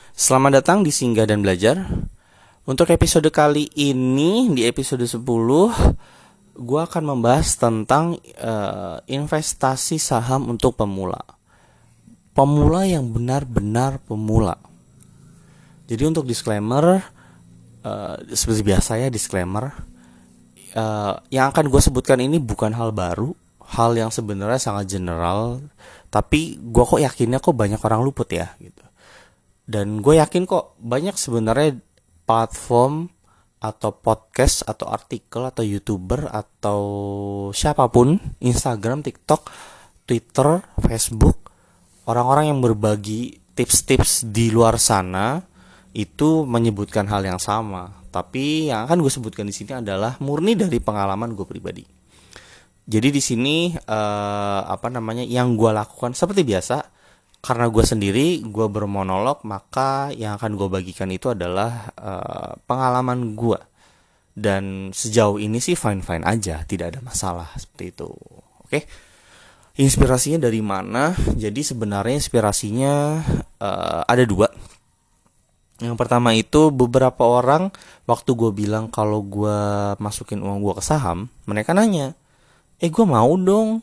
Selamat datang di Singgah dan Belajar. Untuk episode kali ini, di episode 10, gue akan membahas tentang investasi saham untuk pemula. Pemula yang benar-benar pemula. Jadi untuk disclaimer, seperti biasa ya disclaimer, yang akan gue sebutkan ini bukan hal baru, hal yang sebenarnya sangat general. Tapi gue kok yakinnya kok banyak orang luput ya gitu. Dan gue yakin kok banyak sebenarnya platform atau podcast atau artikel atau YouTuber atau siapapun, Instagram, TikTok, Twitter, Facebook, orang-orang yang berbagi tips-tips di luar sana itu menyebutkan hal yang sama. Tapi yang akan gue sebutkan di sini adalah murni dari pengalaman gue pribadi. Jadi di sini yang gue lakukan seperti biasa. Karena gue sendiri, gue bermonolog, maka yang akan gue bagikan itu adalah pengalaman gue. Dan sejauh ini sih fine-fine aja, tidak ada masalah seperti itu. Oke, inspirasinya dari mana? Jadi sebenarnya inspirasinya ada dua. Yang pertama itu beberapa orang waktu gue bilang kalau gue masukin uang gue ke saham, mereka nanya, gue mau dong,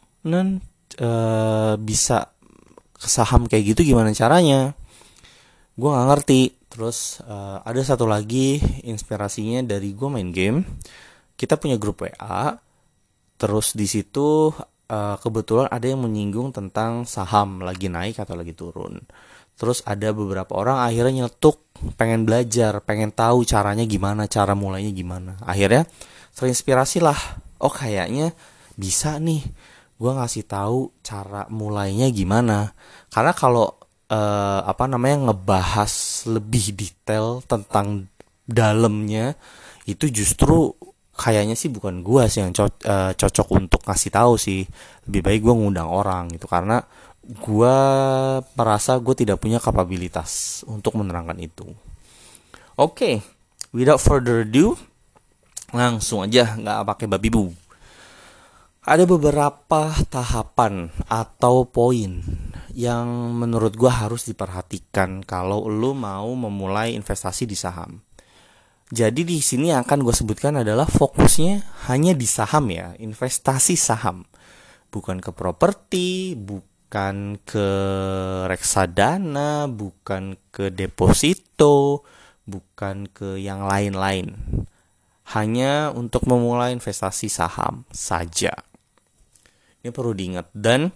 bisa ke saham kayak gitu gimana caranya? Gue nggak ngerti. Terus ada satu lagi inspirasinya dari gue main game. Kita punya grup WA. Terus di situ kebetulan ada yang menyinggung tentang saham lagi naik atau lagi turun. Terus ada beberapa orang akhirnya nyeletuk, pengen belajar, pengen tahu caranya gimana, cara mulainya gimana. Akhirnya terinspirasi lah. Oh kayaknya bisa nih gue ngasih tahu cara mulainya gimana. Karena kalau ngebahas lebih detail tentang dalamnya itu justru kayaknya sih bukan gue sih yang cocok untuk ngasih tahu sih. Lebih baik gue ngundang orang gitu, karena gue merasa gue tidak punya kapabilitas untuk menerangkan itu. Oke, without further ado, langsung aja nggak pakai babi bu. Ada beberapa tahapan atau poin yang menurut gue harus diperhatikan kalau lo mau memulai investasi di saham. Jadi di sini yang akan gue sebutkan adalah fokusnya hanya di saham ya, investasi saham. Bukan ke properti, bukan ke reksadana, bukan ke deposito, bukan ke yang lain-lain. Hanya untuk memulai investasi saham saja. Ini perlu diingat. Dan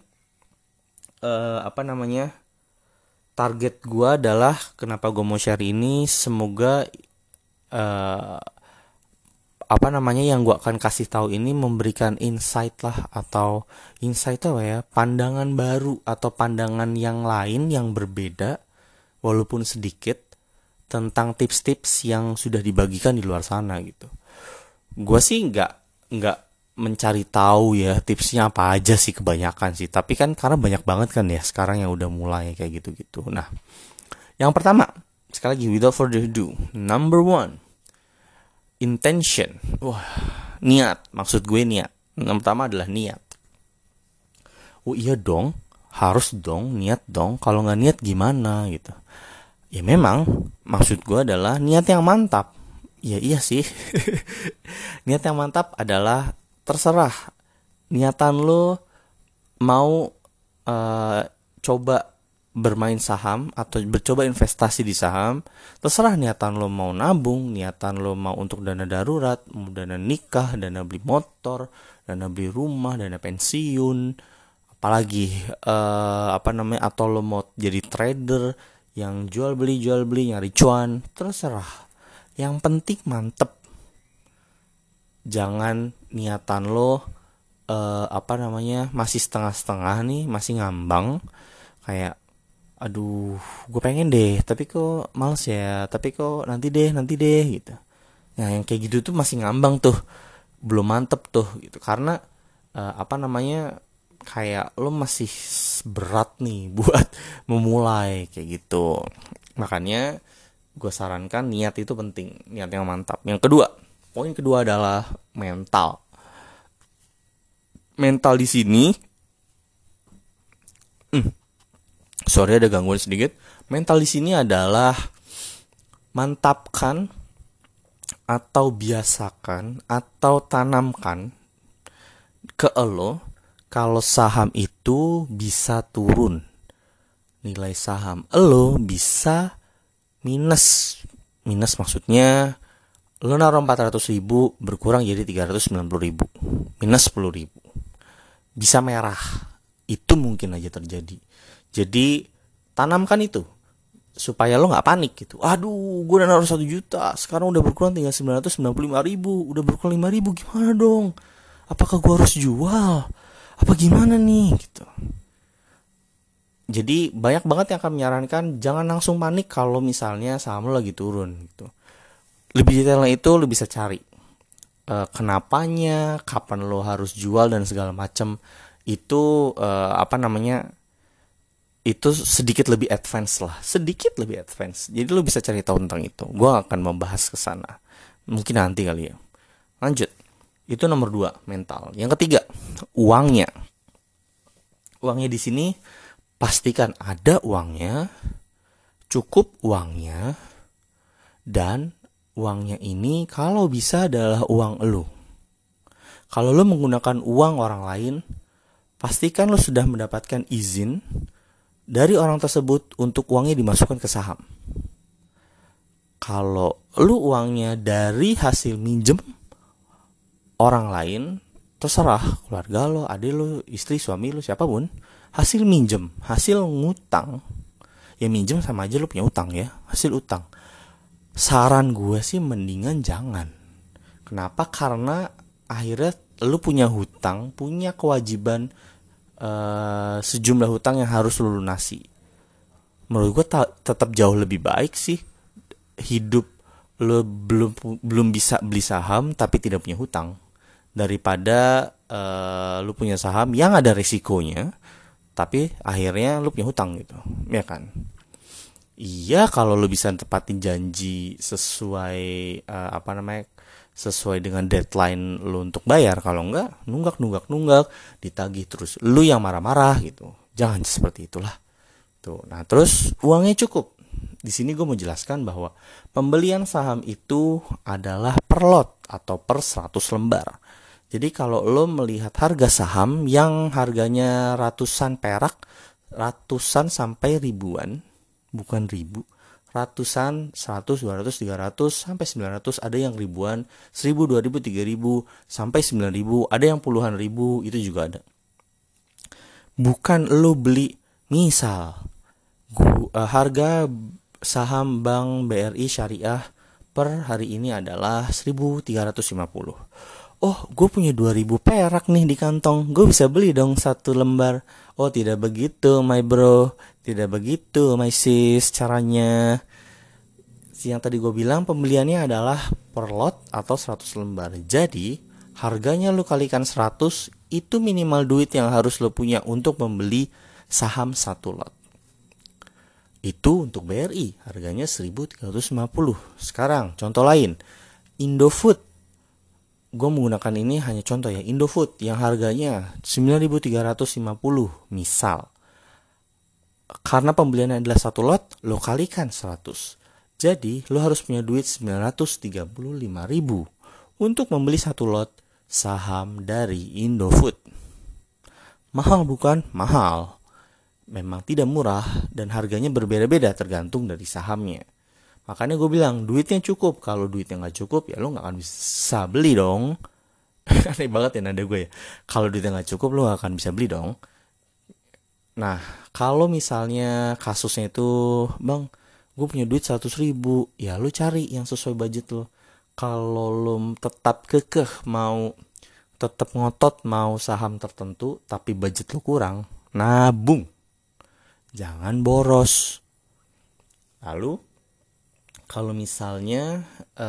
target gue adalah kenapa gue mau share ini, semoga yang gue akan kasih tahu ini memberikan insight lah, atau insight apa ya, pandangan baru atau pandangan yang lain yang berbeda walaupun sedikit tentang tips-tips yang sudah dibagikan di luar sana gitu. Gue sih nggak mencari tahu ya tipsnya apa aja sih, kebanyakan sih, tapi kan karena banyak banget kan ya sekarang yang udah mulai kayak gitu-gitu. Nah, yang pertama, sekali lagi without further ado, number one, intention. Wah, niat. Maksud gue niat. Yang pertama adalah niat. Oh iya dong, harus dong niat dong. Kalau nggak niat gimana gitu? Ya memang maksud gue adalah niat yang mantap. Ya iya sih. Niat yang mantap adalah terserah niatan lo mau coba bermain saham atau bercoba investasi di saham. Terserah niatan lo mau nabung, niatan lo mau untuk dana darurat, mau dana nikah, dana beli motor, dana beli rumah, dana pensiun, apalagi atau lo mau jadi trader yang jual beli nyari cuan. Terserah, yang penting mantep. Jangan niatan lo masih setengah-setengah nih, masih ngambang, kayak aduh gue pengen deh tapi kok males ya, tapi kok nanti deh gitu. Nah yang kayak gitu tuh masih ngambang tuh, belum mantep tuh gitu, karena kayak lo masih berat nih buat memulai kayak gitu. Makanya gue sarankan niat itu penting, niat yang mantap. Yang kedua, poin kedua adalah mental. Mental di sini, sorry ada gangguan sedikit. Mental di sini adalah mantapkan atau biasakan atau tanamkan ke lo kalau saham itu bisa turun. Nilai saham lo bisa minus. Minus maksudnya lo naruh 400.000 berkurang jadi 390.000. Minus 10.000. Bisa merah. Itu mungkin aja terjadi. Jadi tanamkan itu supaya lo nggak panik gitu. Aduh, gue udah naruh 1 juta, sekarang udah berkurang tinggal 995.000, udah berkurang 5.000, gimana dong? Apakah gue harus jual? Apa gimana nih gitu. Jadi banyak banget yang akan menyarankan jangan langsung panik kalau misalnya saham lo lagi turun gitu. Lebih detailnya itu lo bisa cari kenapanya, kapan lo harus jual dan segala macam. Itu itu sedikit lebih advance lah, sedikit lebih advance. Jadi lo bisa cari tahu tentang itu. Gue akan membahas ke sana. Mungkin nanti kali ya. Lanjut. Itu nomor 2, mental. Yang ketiga, uangnya. Uangnya di sini pastikan ada uangnya, cukup uangnya, dan uangnya ini kalau bisa adalah uang lo. Kalau lo menggunakan uang orang lain, pastikan lo sudah mendapatkan izin dari orang tersebut untuk uangnya dimasukkan ke saham. Kalau lu uangnya dari hasil minjem orang lain, terserah keluarga lo, adik lo, istri, suami lo, siapapun, hasil minjem, hasil ngutang, ya minjem sama aja lo punya utang ya, hasil utang. Saran gue sih mendingan jangan. Kenapa? Karena akhirnya lu punya hutang, punya kewajiban sejumlah hutang yang harus lu lunasi. Menurut gue tetap jauh lebih baik sih hidup lu belum bisa beli saham tapi tidak punya hutang daripada lu punya saham yang ada risikonya tapi akhirnya lu punya hutang gitu, ya kan? Iya, kalau lu bisa tepatin janji sesuai sesuai dengan deadline lu untuk bayar. Kalau enggak, nunggak, ditagih terus. Lu yang marah-marah gitu. Jangan seperti itulah. Tuh. Nah, terus uangnya cukup. Di sini gue mau jelaskan bahwa pembelian saham itu adalah per lot atau per 100 lembar. Jadi kalau lo melihat harga saham yang harganya ratusan perak, ratusan sampai ribuan, bukan ribu, ratusan, 100, 200, 300, sampai 900, ada yang ribuan, 1000, 2000, 3000, sampai 9000, ada yang puluhan ribu, itu juga ada. Bukan lo beli, misal, harga saham Bank BRI Syariah per hari ini adalah 1350. Oh, gue punya 2000 perak nih di kantong, gue bisa beli dong 1 lembar. Oh, tidak begitu my bro, tidak begitu my sis caranya. Yang tadi gue bilang pembeliannya adalah per lot atau 100 lembar. Jadi harganya lu kalikan 100, itu minimal duit yang harus lu punya untuk membeli saham 1 lot. Itu untuk BRI harganya 1350. Sekarang contoh lain, Indofood. Gue menggunakan ini hanya contoh ya, Indofood yang harganya 9.350 misal. Karena pembeliannya adalah 1 lot, lo kalikan 100. Jadi lo harus punya duit 935.000 untuk membeli 1 lot saham dari Indofood. Mahal bukan? Mahal. Memang tidak murah dan harganya berbeda-beda tergantung dari sahamnya. Makanya gue bilang duitnya cukup. Kalau duitnya gak cukup ya lo gak akan bisa beli dong. Aneh banget ya nada gue ya. Kalau duitnya gak cukup lo gak akan bisa beli dong. Nah kalau misalnya kasusnya itu, bang gue punya duit 100.000, ya lo cari yang sesuai budget lo. Kalau lo tetap kekeh mau, tetap ngotot mau saham tertentu tapi budget lo kurang, nabung. Jangan boros. Lalu kalau misalnya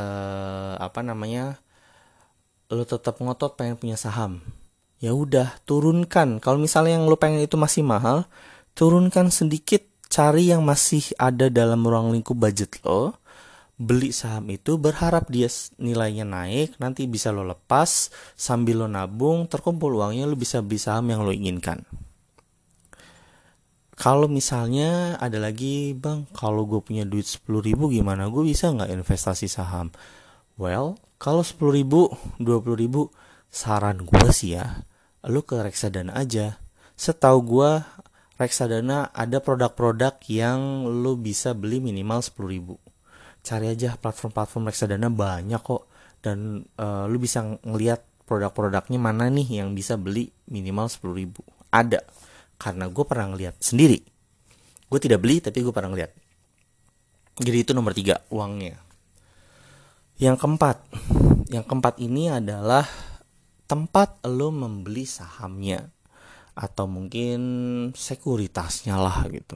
lo tetap ngotot pengen punya saham, ya udah turunkan. Kalau misalnya yang lo pengen itu masih mahal, turunkan sedikit, cari yang masih ada dalam ruang lingkup budget lo. Beli saham itu berharap dia nilainya naik, nanti bisa lo lepas sambil lo nabung, terkumpul uangnya lo bisa beli saham yang lo inginkan. Kalau misalnya ada lagi, bang, kalau gue punya duit 10.000 gimana? Gue bisa nggak investasi saham? Well, kalau 10.000, 20.000, saran gue sih ya, lu ke reksadana aja. Setahu gue, reksadana ada produk-produk yang lu bisa beli minimal 10.000. Cari aja platform-platform reksadana banyak kok. Dan lu bisa ngeliat produk-produknya mana nih yang bisa beli minimal 10.000. Ada. Karena gue pernah ngeliat sendiri. Gue tidak beli tapi gue pernah ngeliat. Jadi itu nomor 3, uangnya. Yang keempat. Yang keempat ini adalah tempat lo membeli sahamnya. Atau mungkin sekuritasnya lah gitu.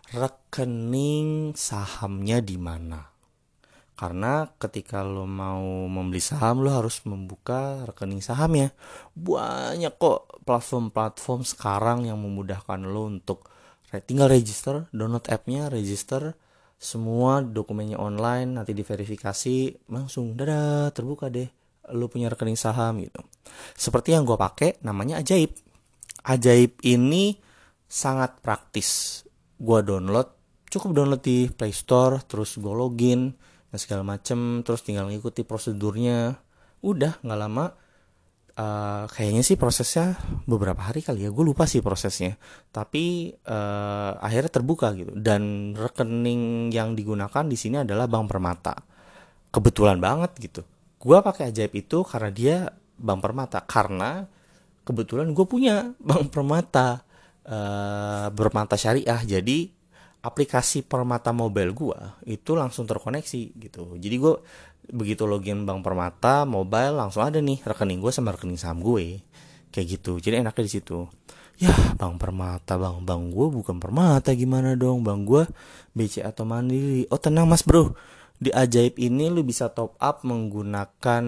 Rekening sahamnya di mana? Karena ketika lo mau membeli saham, lo harus membuka rekening sahamnya. Banyak kok platform-platform sekarang yang memudahkan lo untuk tinggal register, download appnya, register, semua dokumennya online, nanti diverifikasi, langsung dadah terbuka deh. Lo punya rekening saham gitu. Seperti yang gue pakai, namanya Ajaib. Ajaib ini sangat praktis. Gue cukup download di Play Store, terus gue login dan segala macem, terus tinggal ngikuti prosedurnya. Udah nggak lama. Kayaknya sih prosesnya beberapa hari kali ya, gue lupa sih prosesnya. Tapi akhirnya terbuka gitu. Dan rekening yang digunakan di sini adalah Bank Permata. Kebetulan banget gitu. Gue pakai Ajaib itu karena dia Bank Permata. Karena kebetulan gue punya Bank Permata, Permata Syariah. Jadi aplikasi Permata Mobile gue itu langsung terkoneksi gitu. Jadi gue begitu login Bank Permata Mobile, langsung ada nih rekening gue sama rekening saham gue, kayak gitu. Jadi enaknya di situ. Ya, Bank Permata, bang gue bukan Permata, gimana dong? Bang gue BC atau Mandiri. Oh tenang mas bro, di Ajaib ini lu bisa top up menggunakan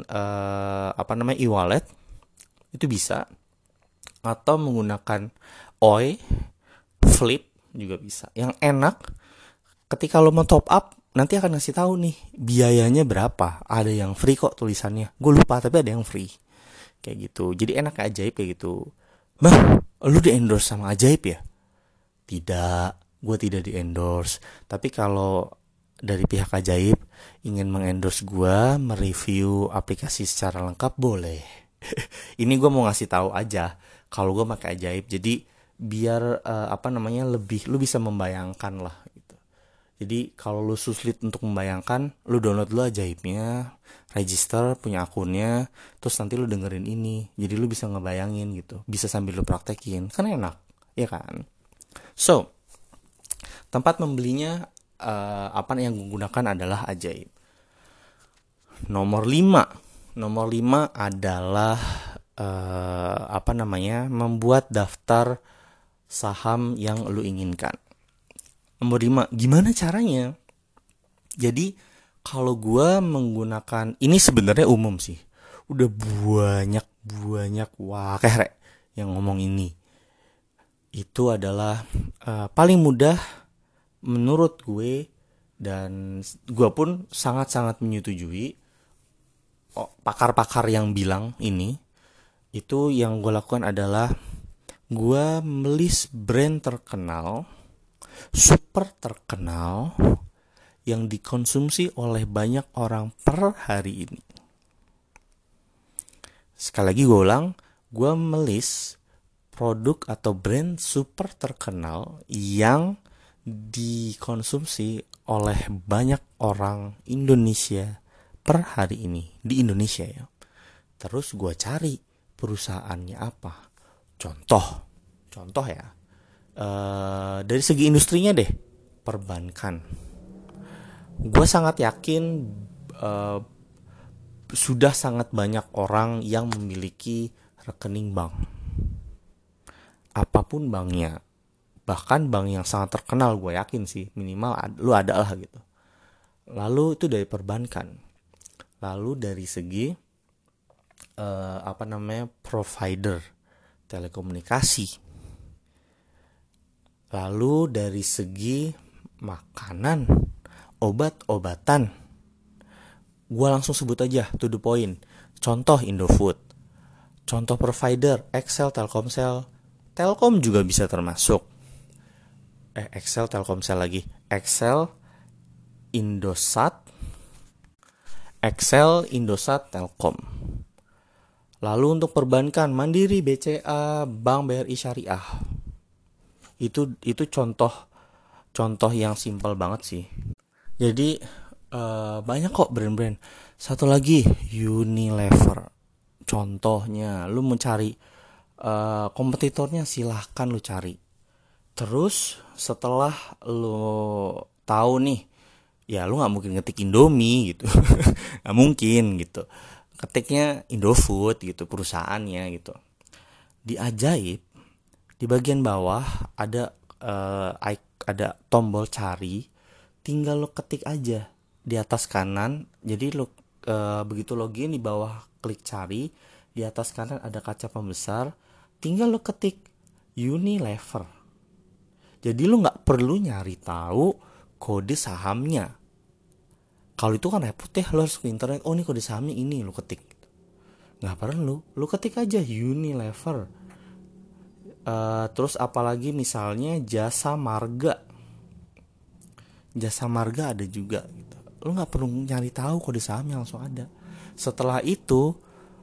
e-wallet, itu bisa, atau menggunakan OI, Flip juga bisa. Yang enak ketika lo mau top up, nanti akan ngasih tahu nih biayanya berapa. Ada yang free kok tulisannya. Gue lupa tapi ada yang free. Kayak gitu. Jadi enak Ajaib kayak gitu. Bang, lu di endorse sama Ajaib ya? Tidak, gue tidak di endorse. Tapi kalau dari pihak Ajaib ingin mengendorse gue, mereview aplikasi secara lengkap, boleh. Ini gue mau ngasih tahu aja kalau gue pakai Ajaib. Jadi biar lebih lu bisa membayangkan lah gitu. Jadi kalau lu sulit untuk membayangkan, lu download dulu Ajaibnya, register punya akunnya, terus nanti lu dengerin ini. Jadi lu bisa ngebayangin gitu, bisa sambil lu praktekin, kan enak, ya kan? So, tempat membelinya apa yang gue gunakan adalah Ajaib. Nomor 5 adalah membuat daftar saham yang lu inginkan. Nomor 5, gimana caranya? Jadi kalau gue menggunakan, ini sebenarnya umum sih, udah banyak wakeh yang ngomong ini. Itu adalah paling mudah menurut gue, dan gue pun sangat-sangat menyetujui pakar-pakar yang bilang ini. Itu yang gue lakukan adalah gue melis brand terkenal, super terkenal, yang dikonsumsi oleh banyak orang per hari ini. Sekali lagi gue ulang, gue melis produk atau brand super terkenal yang dikonsumsi oleh banyak orang Indonesia per hari ini. Di Indonesia ya. Terus gue cari perusahaannya apa. Contoh ya. Dari segi industrinya deh, perbankan. Gue sangat yakin sudah sangat banyak orang yang memiliki rekening bank. Apapun banknya, bahkan bank yang sangat terkenal, gue yakin sih minimal lu ada lah gitu. Lalu itu dari perbankan. Lalu dari segi provider telekomunikasi. Lalu dari segi makanan, obat-obatan, gue langsung sebut aja to the point. Contoh Indofood, contoh provider Excel, Telkomsel, Telkom juga bisa termasuk. Excel Telkomsel lagi. Indosat, Indosat, Telkom. Lalu untuk perbankan Mandiri, BCA, Bank BRI Syariah. Itu contoh yang simpel banget sih. Jadi banyak kok brand-brand. Satu lagi Unilever. Contohnya, lu mencari kompetitornya, silahkan lu cari. Terus setelah lu tahu nih, ya lu nggak mungkin ngetik Indomie gitu, nggak mungkin gitu. Ketiknya Indofood gitu perusahaannya gitu. Di Ajaib, di bagian bawah ada tombol cari, tinggal lo ketik aja di atas kanan. Jadi lo begitu login di bawah klik cari, di atas kanan ada kaca pembesar, tinggal lo ketik Unilever. Jadi lo nggak perlu nyari tahu kode sahamnya. Kalau itu kan repot ya, lo harus ke internet. Oh, ini kode sahamnya ini, lo ketik. Nggak perlu, lo ketik aja Unilever. Terus apalagi misalnya Jasa Marga. Jasa Marga ada juga gitu. Lo nggak perlu nyari tahu kode sahamnya, langsung ada. Setelah itu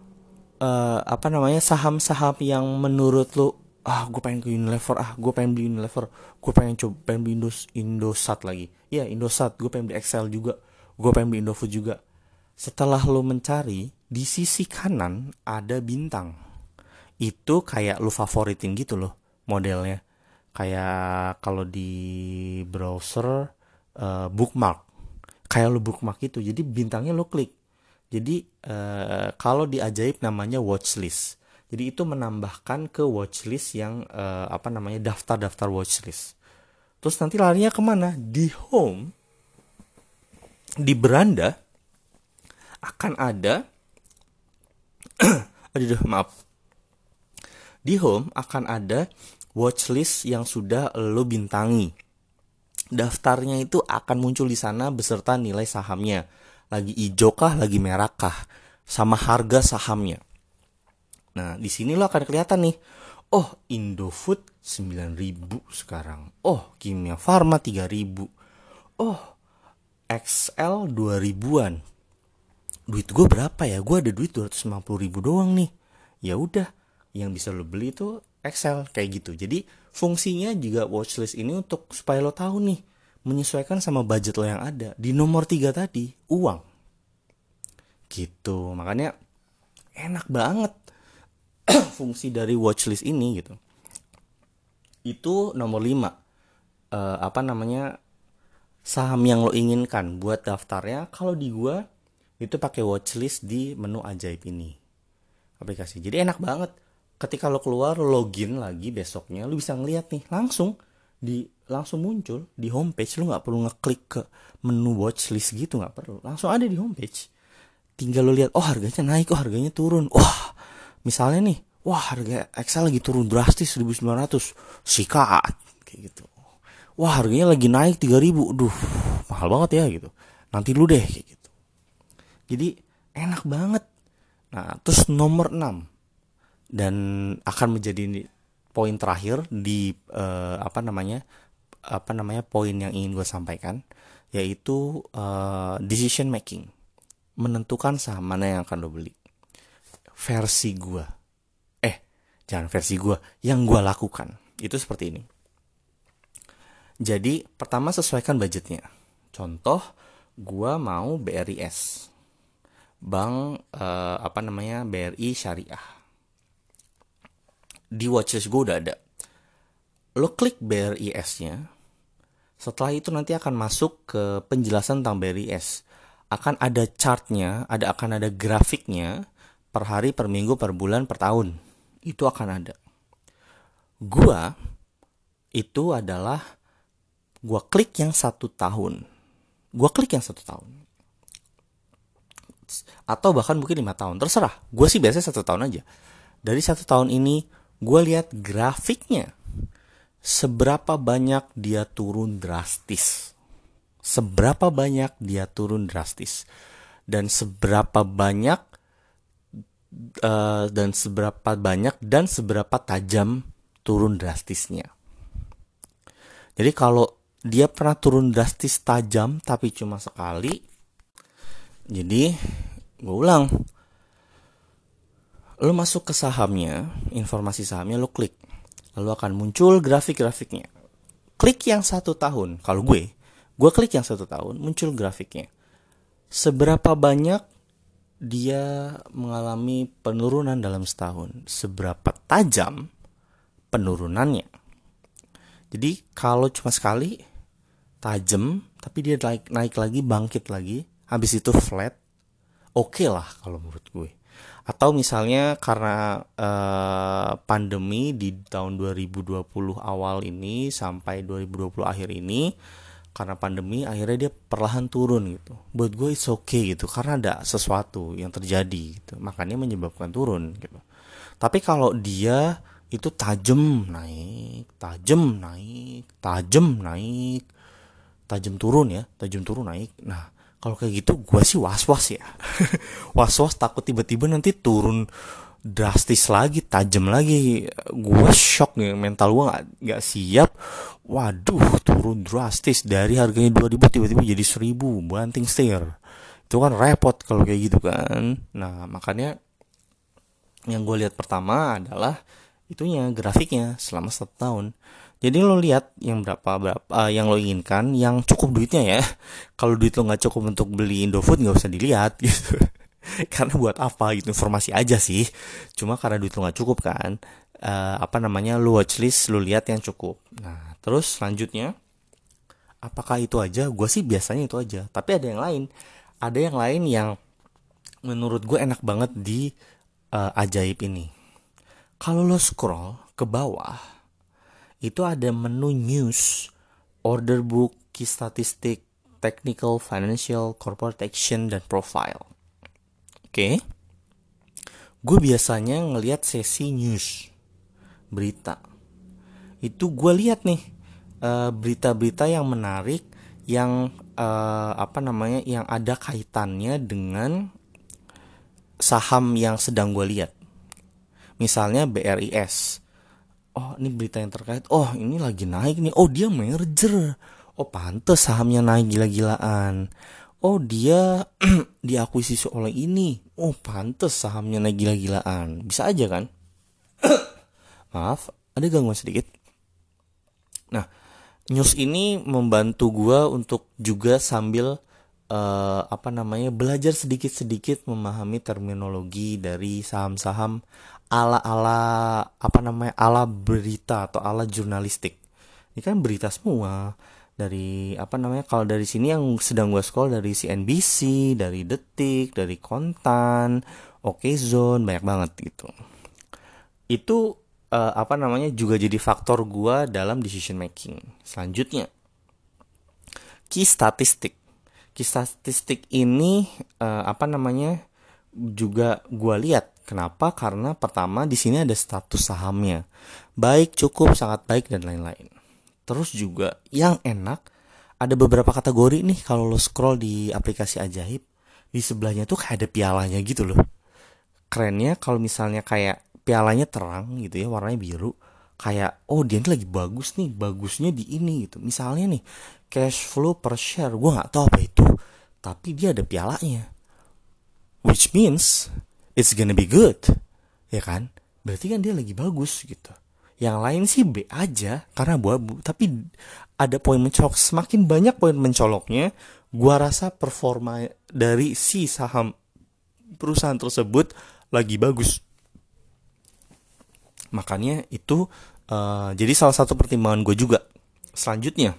saham-saham yang menurut lo, gue pengen ke Unilever, gue pengen beli Unilever, gue pengen beli Indosat lagi, ya Indosat, gue pengen beli Excel juga, gue pengen beli Indofood juga. Setelah lo mencari, di sisi kanan ada bintang. Itu kayak lo favoritin gitu loh modelnya, kayak kalau di browser bookmark, kayak lo bookmark itu. Jadi bintangnya lo klik. Jadi kalau di Ajaib namanya watchlist. Jadi itu menambahkan ke watchlist yang daftar-daftar watchlist. Terus nanti larinya kemana? Di home, di beranda akan ada maaf. Di home akan ada watchlist yang sudah lo bintangi. Daftarnya itu akan muncul di sana beserta nilai sahamnya. Lagi hijau kah, lagi merah kah, sama harga sahamnya. Nah, di sini lo akan kelihatan nih. Oh, Indofood 9.000 sekarang. Oh, Kimia Farma 3.000. Oh, XL 2.000-an. Duit gue berapa ya? Gue ada duit 250.000 doang nih. Ya udah, yang bisa lo beli itu Excel kayak gitu. Jadi fungsinya juga watchlist ini untuk supaya lo tahu nih, menyesuaikan sama budget lo yang ada. Di nomor 3 tadi, uang. Gitu. Makanya enak banget fungsi dari watchlist ini gitu. Itu nomor 5. Saham yang lo inginkan buat daftarnya. Kalau di gua itu pakai watchlist di menu Ajaib ini aplikasi. Jadi enak banget. Ketika lo keluar, login lagi besoknya, lo bisa ngeliat nih langsung muncul di homepage. Lo nggak perlu ngeklik ke menu watchlist gitu, nggak perlu. Langsung ada di homepage. Tinggal lo lihat, oh harganya naik, oh harganya turun. Wah, misalnya nih, wah harga Excel lagi turun drastis 1.900, sikat kayak gitu. Wah harganya lagi naik 3.000, duh mahal banget ya gitu. Nanti dulu deh kayak gitu. Jadi enak banget. Nah, terus nomor 6 dan akan menjadi poin terakhir di poin yang ingin gue sampaikan, yaitu decision making, menentukan saham mana yang akan lo beli. Versi gue, jangan versi gue, yang gue lakukan itu seperti ini. Jadi pertama sesuaikan budgetnya. Contoh, gue mau BRIS, Bank BRI Syariah. Di watchlist gue udah ada. Lo klik BRIS-nya. Setelah itu nanti akan masuk ke penjelasan tentang BRIS. Akan ada chartnya, akan ada grafiknya per hari, per minggu, per bulan, per tahun. Itu akan ada. Gua klik yang 1 tahun. Atau bahkan mungkin 5 tahun, terserah. Gue sih biasanya 1 tahun aja. Dari 1 tahun ini gue lihat grafiknya, seberapa banyak dia turun drastis, dan seberapa banyak dan seberapa tajam turun drastisnya. Jadi kalau dia pernah turun drastis tajam tapi cuma sekali, jadi gue ulang, lo masuk ke sahamnya, informasi sahamnya lo klik, lalu akan muncul grafik-grafiknya. Klik yang 1 tahun, kalau gue klik yang 1 tahun, muncul grafiknya. Seberapa banyak dia mengalami penurunan dalam setahun, seberapa tajam penurunannya. Jadi kalau cuma sekali tajam, tapi dia naik lagi, bangkit lagi, habis itu flat, oke lah kalau menurut gue. Atau misalnya karena pandemi di tahun 2020 awal ini sampai 2020 akhir ini, karena pandemi akhirnya dia perlahan turun gitu. Buat gue it's okay gitu, karena ada sesuatu yang terjadi gitu, makanya menyebabkan turun gitu. Tapi kalau dia itu tajam naik, tajam naik, tajam naik, tajam turun ya, tajam turun naik. Nah, kalau kayak gitu gue sih was-was ya. Was-was, takut tiba-tiba nanti turun drastis lagi, tajam lagi. Gue shock nih, mental gue nggak siap. Waduh, turun drastis dari harganya 2.000 tiba-tiba jadi 1.000, banting setir. Itu kan repot kalau kayak gitu kan. Nah, makanya yang gue lihat pertama adalah itunya, grafiknya selama 1 tahun. Jadi lo lihat yang berapa yang lo inginkan, yang cukup duitnya ya. Kalau duit lo nggak cukup untuk beli Indofood, nggak usah dilihat gitu. Karena buat apa gitu, informasi aja sih. Cuma karena duit lo nggak cukup kan, lo watchlist, lo lihat yang cukup. Nah terus selanjutnya, apakah itu aja? Gue sih biasanya itu aja. Tapi ada yang lain. Ada yang lain yang menurut gue enak banget di ajaib ini. Kalau lo scroll ke bawah, itu ada menu news, order book, key statistik, technical, financial, corporate action, dan profile. Oke. Gue biasanya ngelihat sesi news, berita. Itu gue lihat nih berita-berita yang menarik, yang yang ada kaitannya dengan saham yang sedang gue lihat. Misalnya BRIS. Oh, ini berita yang terkait. Oh, ini lagi naik nih. Oh, dia merger. Oh, pantes sahamnya naik gila-gilaan. Oh, dia diakuisisi oleh ini. Oh, pantes sahamnya naik gila-gilaan. Bisa aja kan? Maaf, ada gangguan sedikit. Nah, news ini membantu gue untuk juga sambil belajar sedikit-sedikit memahami terminologi dari saham-saham ala berita atau ala jurnalistik. Ini kan berita semua dari kalau dari sini yang sedang gue scroll, dari CNBC, dari Detik, dari Kontan, Okezone, banyak banget gitu. Itu juga jadi faktor gue dalam decision making. Selanjutnya, key statistik. Key statistik ini juga gue lihat. Kenapa? Karena pertama di sini ada status sahamnya, baik, cukup, sangat baik, dan lain-lain. Terus juga yang enak, ada beberapa kategori nih kalau lo scroll di aplikasi Ajaib, di sebelahnya tuh kayak ada pialanya gitu loh. Kerennya kalau misalnya kayak pialanya terang gitu ya, warnanya biru, kayak oh dia ini lagi bagus nih, bagusnya di ini gitu. Misalnya nih cash flow per share, gue nggak tahu apa itu, tapi dia ada pialanya, which means it's gonna be good, ya kan? Berarti kan dia lagi bagus gitu. Yang lain sih B aja karena abu-abu, tapi ada poin mencolok. Semakin banyak poin mencoloknya, gua rasa performa dari si saham perusahaan tersebut lagi bagus. Makanya itu jadi salah satu pertimbangan gue juga. Selanjutnya,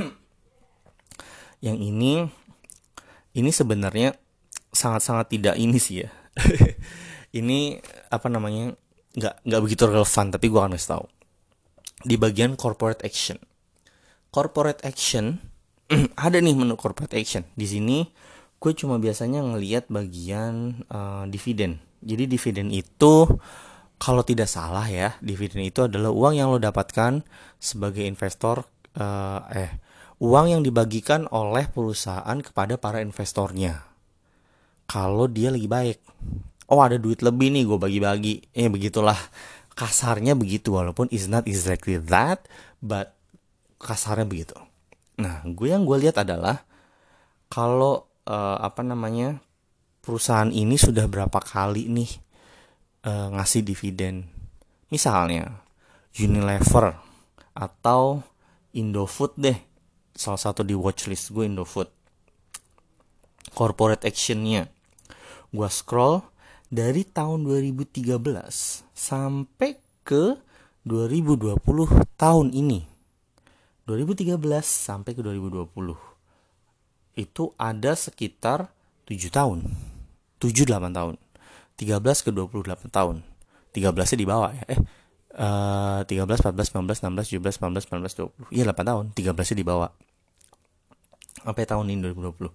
yang ini sebenarnya sangat-sangat tidak ini sih ya. Ini nggak begitu relevan, tapi gue akan kasih tahu. Di bagian corporate action. Corporate action ada nih menu corporate action. Di sini gue cuma biasanya ngelihat bagian dividen. Jadi dividen itu kalau tidak salah ya, dividen itu adalah uang yang lo dapatkan sebagai investor, uang yang dibagikan oleh perusahaan kepada para investornya. Kalau dia lagi baik, oh ada duit lebih nih, gue bagi-bagi. Begitulah, kasarnya begitu, walaupun it's not exactly that, but kasarnya begitu. Nah, yang gue lihat adalah kalau perusahaan ini sudah berapa kali nih ngasih dividen. Misalnya Unilever atau Indofood deh. Salah satu di watchlist gue Indofood. Corporate actionnya. Gue scroll dari tahun 2013 sampai ke 2020 tahun ini. 2013 sampai ke 2020. Itu ada sekitar 7 tahun. 7-8 tahun. 13 ke 28 tahun. 13-nya di bawah ya. 13, 14, 15, 16, 17, 18, 19, 20. Iya 8 tahun. 13-nya di bawah. Sampai tahun ini 2020.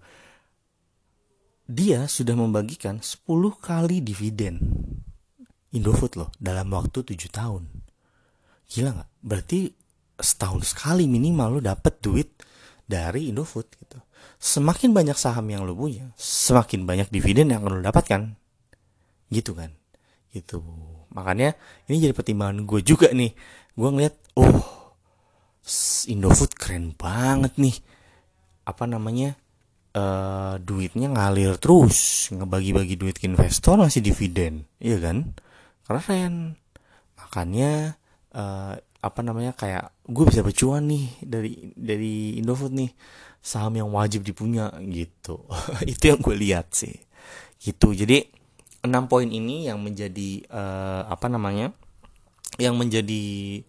Dia sudah membagikan 10 kali dividen Indofood loh dalam waktu 7 tahun. Gila gak? Berarti setahun sekali minimal lo dapet duit dari Indofood gitu. Semakin banyak saham yang lo punya, semakin banyak dividen yang lo dapatkan. Gitu kan? Gitu. Makanya ini jadi pertimbangan gue juga nih. Gue ngeliat, Indofood keren banget nih. Duitnya ngalir terus, ngebagi-bagi duit ke investor ngasih dividen, iya kan? Keren. Makanya kayak gue bisa bercuan nih dari Indofood nih, saham yang wajib dipunya gitu. Itu yang gue lihat sih. Gitu. Jadi 6 poin ini yang menjadi yang menjadi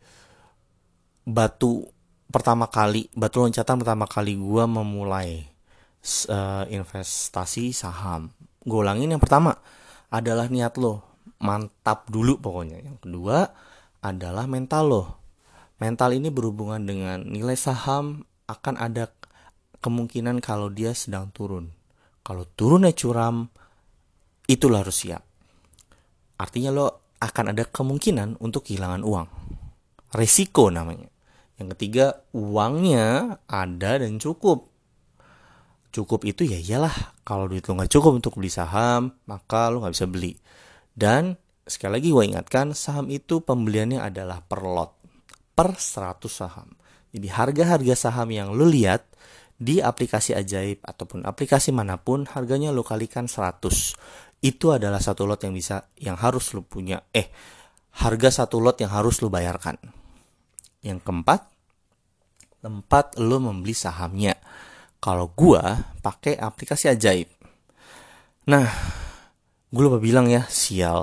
batu loncatan pertama kali gue memulai investasi saham. Gue ulangin, yang pertama adalah niat lo, mantap dulu pokoknya. Yang kedua adalah mental lo. Mental ini berhubungan dengan nilai saham. Akan ada kemungkinan kalau dia sedang turun. Kalau turunnya curam, itu lo harus siap. Artinya lo akan ada kemungkinan untuk kehilangan uang. Resiko namanya. Yang ketiga, uangnya ada dan cukup. Cukup itu ya iyalah, kalau duit lo gak cukup untuk beli saham, maka lo gak bisa beli. Dan sekali lagi gue ingatkan, saham itu pembeliannya adalah per lot, per 100 saham. Jadi harga-harga saham yang lo lihat di aplikasi Ajaib ataupun aplikasi manapun, harganya lo kalikan 100. Itu adalah satu lot yang harus lo punya. Harga satu lot yang harus lo bayarkan. Yang keempat, tempat lo membeli sahamnya. Kalau gua pakai aplikasi Ajaib. Nah, gue lupa bilang ya, sial.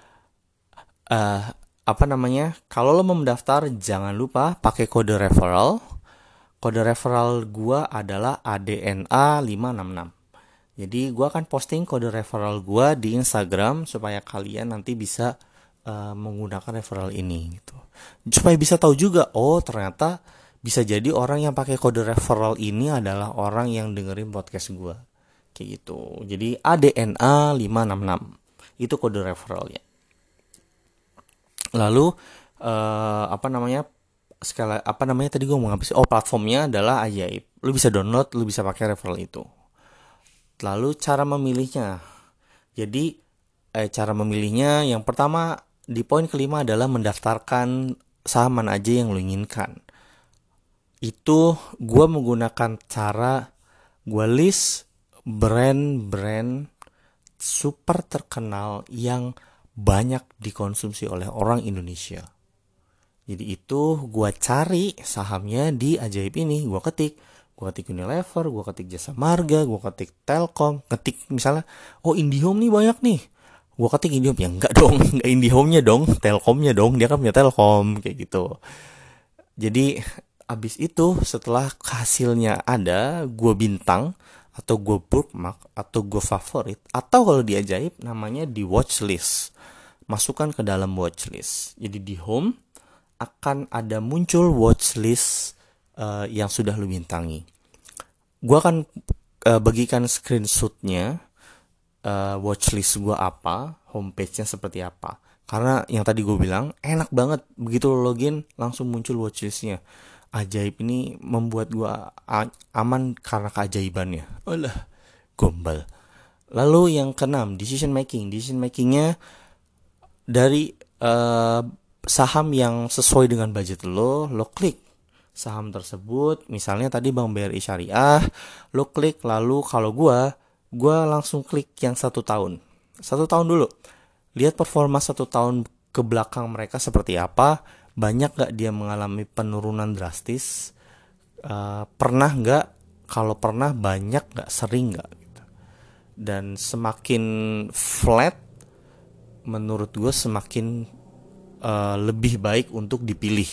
Kalau lo mau mendaftar, jangan lupa pakai kode referral. Kode referral gua adalah ADNA 566. Jadi gua akan posting kode referral gua di Instagram supaya kalian nanti bisa menggunakan referral ini gitu. Supaya bisa tahu juga, ternyata bisa jadi orang yang pakai kode referral ini adalah orang yang dengerin podcast gue. Kayak gitu. Jadi ADNA 566. Itu kode referralnya. Lalu tadi gue mau ngapis. Platformnya adalah Ajaib. Lu bisa download, lu bisa pakai referral itu. Lalu cara memilihnya. Jadi cara memilihnya yang pertama di poin kelima adalah mendaftarkan saham mana aja yang lu inginkan. Itu gue menggunakan cara gue list brand-brand super terkenal yang banyak dikonsumsi oleh orang Indonesia. Jadi itu gue cari sahamnya di Ajaib ini. Gue ketik Unilever, gue ketik Jasa Marga, gue ketik Telkom, ketik misalnya IndiHome nih banyak nih. Gue ketik IndiHome, ya enggak dong, enggak IndiHome-nya dong, Telkomnya dong, dia kan punya Telkom kayak gitu. Jadi abis itu setelah hasilnya ada, gue bintang atau gue bookmark atau gue favorit, atau kalau di Ajaib namanya di watchlist. Masukkan ke dalam watchlist. Jadi di home akan ada muncul watchlist yang sudah lu bintangi. Gue akan bagikan screenshotnya, watchlist gue apa, homepage-nya seperti apa. Karena yang tadi gue bilang enak banget, begitu lo login langsung muncul watchlistnya. Ajaib ini membuat gue aman karena keajaibannya. Gombal. Lalu yang keenam, decision makingnya dari saham yang sesuai dengan budget lo klik. saham tersebut. Misalnya tadi Bank BRI Syariah, lo klik, lalu kalau gue langsung klik yang 1 tahun. 1 tahun dulu, lihat performa 1 tahun ke belakang mereka seperti apa. Banyak gak dia mengalami penurunan drastis? Pernah gak? Kalau pernah, banyak gak? Sering gak? Dan semakin flat, menurut gue semakin lebih baik untuk dipilih.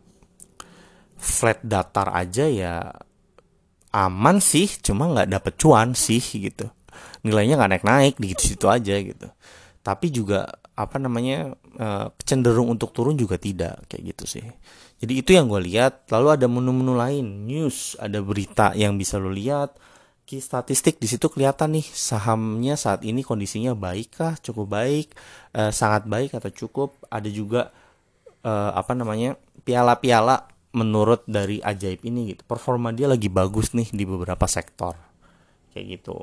Flat datar aja ya aman sih, cuma nggak dapet cuan sih gitu. Nilainya nggak naik-naik di situ aja gitu. Tapi juga apa namanya, cenderung untuk turun juga tidak kayak gitu sih. Jadi itu yang gue lihat. Lalu ada menu-menu lain, news, ada berita yang bisa lo lihat. Key statistik di situ kelihatan nih, sahamnya saat ini kondisinya baik kah, cukup baik, sangat baik atau cukup. Ada juga apa namanya, piala-piala menurut dari ajaib ini gitu. Performa dia lagi bagus nih di beberapa sektor kayak gitu.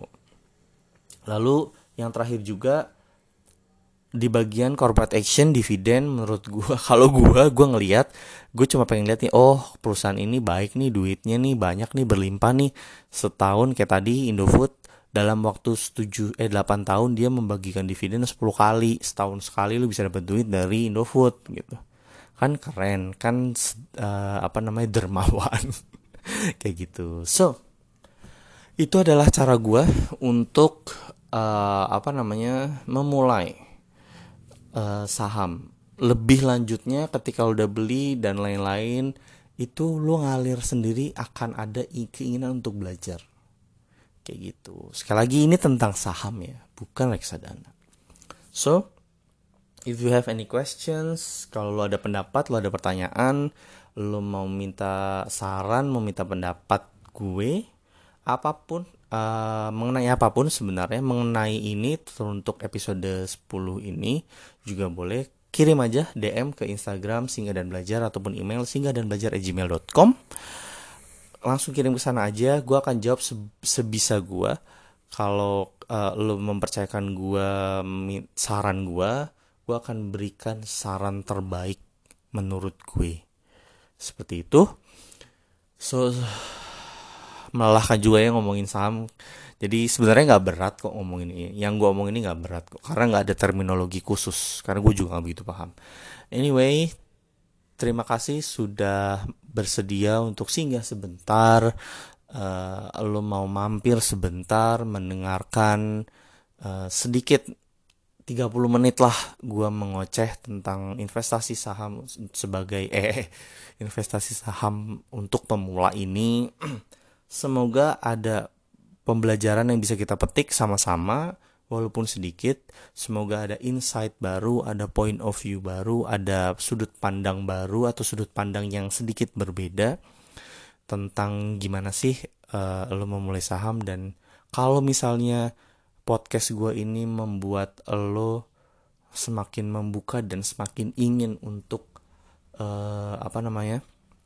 Lalu yang terakhir juga di bagian corporate action, dividen, menurut gua kalau gua ngelihat, gue cuma pengen lihat nih, oh perusahaan ini baik nih, duitnya nih banyak nih, berlimpah nih. Setahun kayak tadi Indofood, dalam waktu 8 tahun dia membagikan dividen 10 kali. Setahun sekali lu bisa dapat duit dari Indofood gitu. Kan keren, kan apa namanya, dermawan. Kayak gitu. So, itu adalah cara gua untuk apa namanya, memulai saham. Lebih lanjutnya ketika udah beli dan lain-lain, itu lu ngalir sendiri, akan ada keinginan untuk belajar. Kayak gitu. Sekali lagi ini tentang saham ya, bukan reksadana. So, if you have any questions, kalau lu ada pendapat, lu ada pertanyaan, lu mau minta saran, mau minta pendapat gue, apapun, mengenai apapun sebenarnya, mengenai ini untuk episode 10 ini juga boleh kirim aja DM ke Instagram Singgah dan Belajar ataupun email singgahdanbelajar@gmail.com. Langsung kirim ke sana aja, gue akan jawab sebisa gue. Kalau lo mempercayakan gue saran gue akan berikan saran terbaik menurut gue. Seperti itu. So, melelahkan juga ya ngomongin saham. Jadi sebenarnya nggak berat kok ngomongin ini. Yang gue omongin ini nggak berat kok, karena nggak ada terminologi khusus. Karena gue juga nggak begitu paham. Anyway, terima kasih sudah bersedia untuk singgah sebentar. Lo mau mampir sebentar mendengarkan sedikit 30 menit lah gue mengoceh tentang investasi saham sebagai investasi saham untuk pemula ini. Semoga ada pembelajaran yang bisa kita petik sama-sama, walaupun sedikit. Semoga ada insight baru, ada point of view baru, ada sudut pandang baru atau sudut pandang yang sedikit berbeda tentang gimana sih lo memulai saham. Dan kalau misalnya podcast gue ini membuat lo semakin membuka dan semakin ingin untuk apa namanya,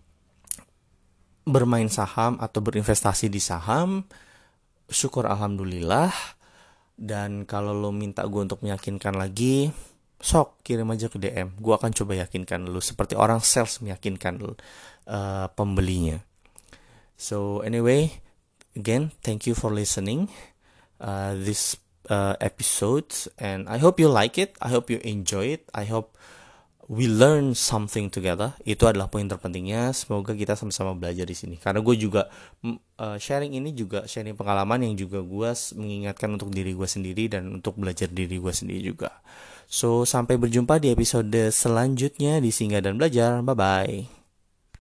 bermain saham atau berinvestasi di saham, syukur alhamdulillah. Dan kalau lo minta gue untuk meyakinkan lagi, sok kirim aja ke DM. Gue akan coba yakinkan lo seperti orang sales meyakinkan lo pembelinya. So anyway, again, thank you for listening this episode, and I hope you like it. I hope you enjoy it. I hope we learn something together. Itu adalah poin terpentingnya. Semoga kita sama-sama belajar di sini. Karena gue juga sharing ini juga sharing pengalaman yang juga gue mengingatkan untuk diri gue sendiri dan untuk belajar diri gue sendiri juga. So, sampai berjumpa di episode selanjutnya di Singgah dan Belajar. Bye-bye.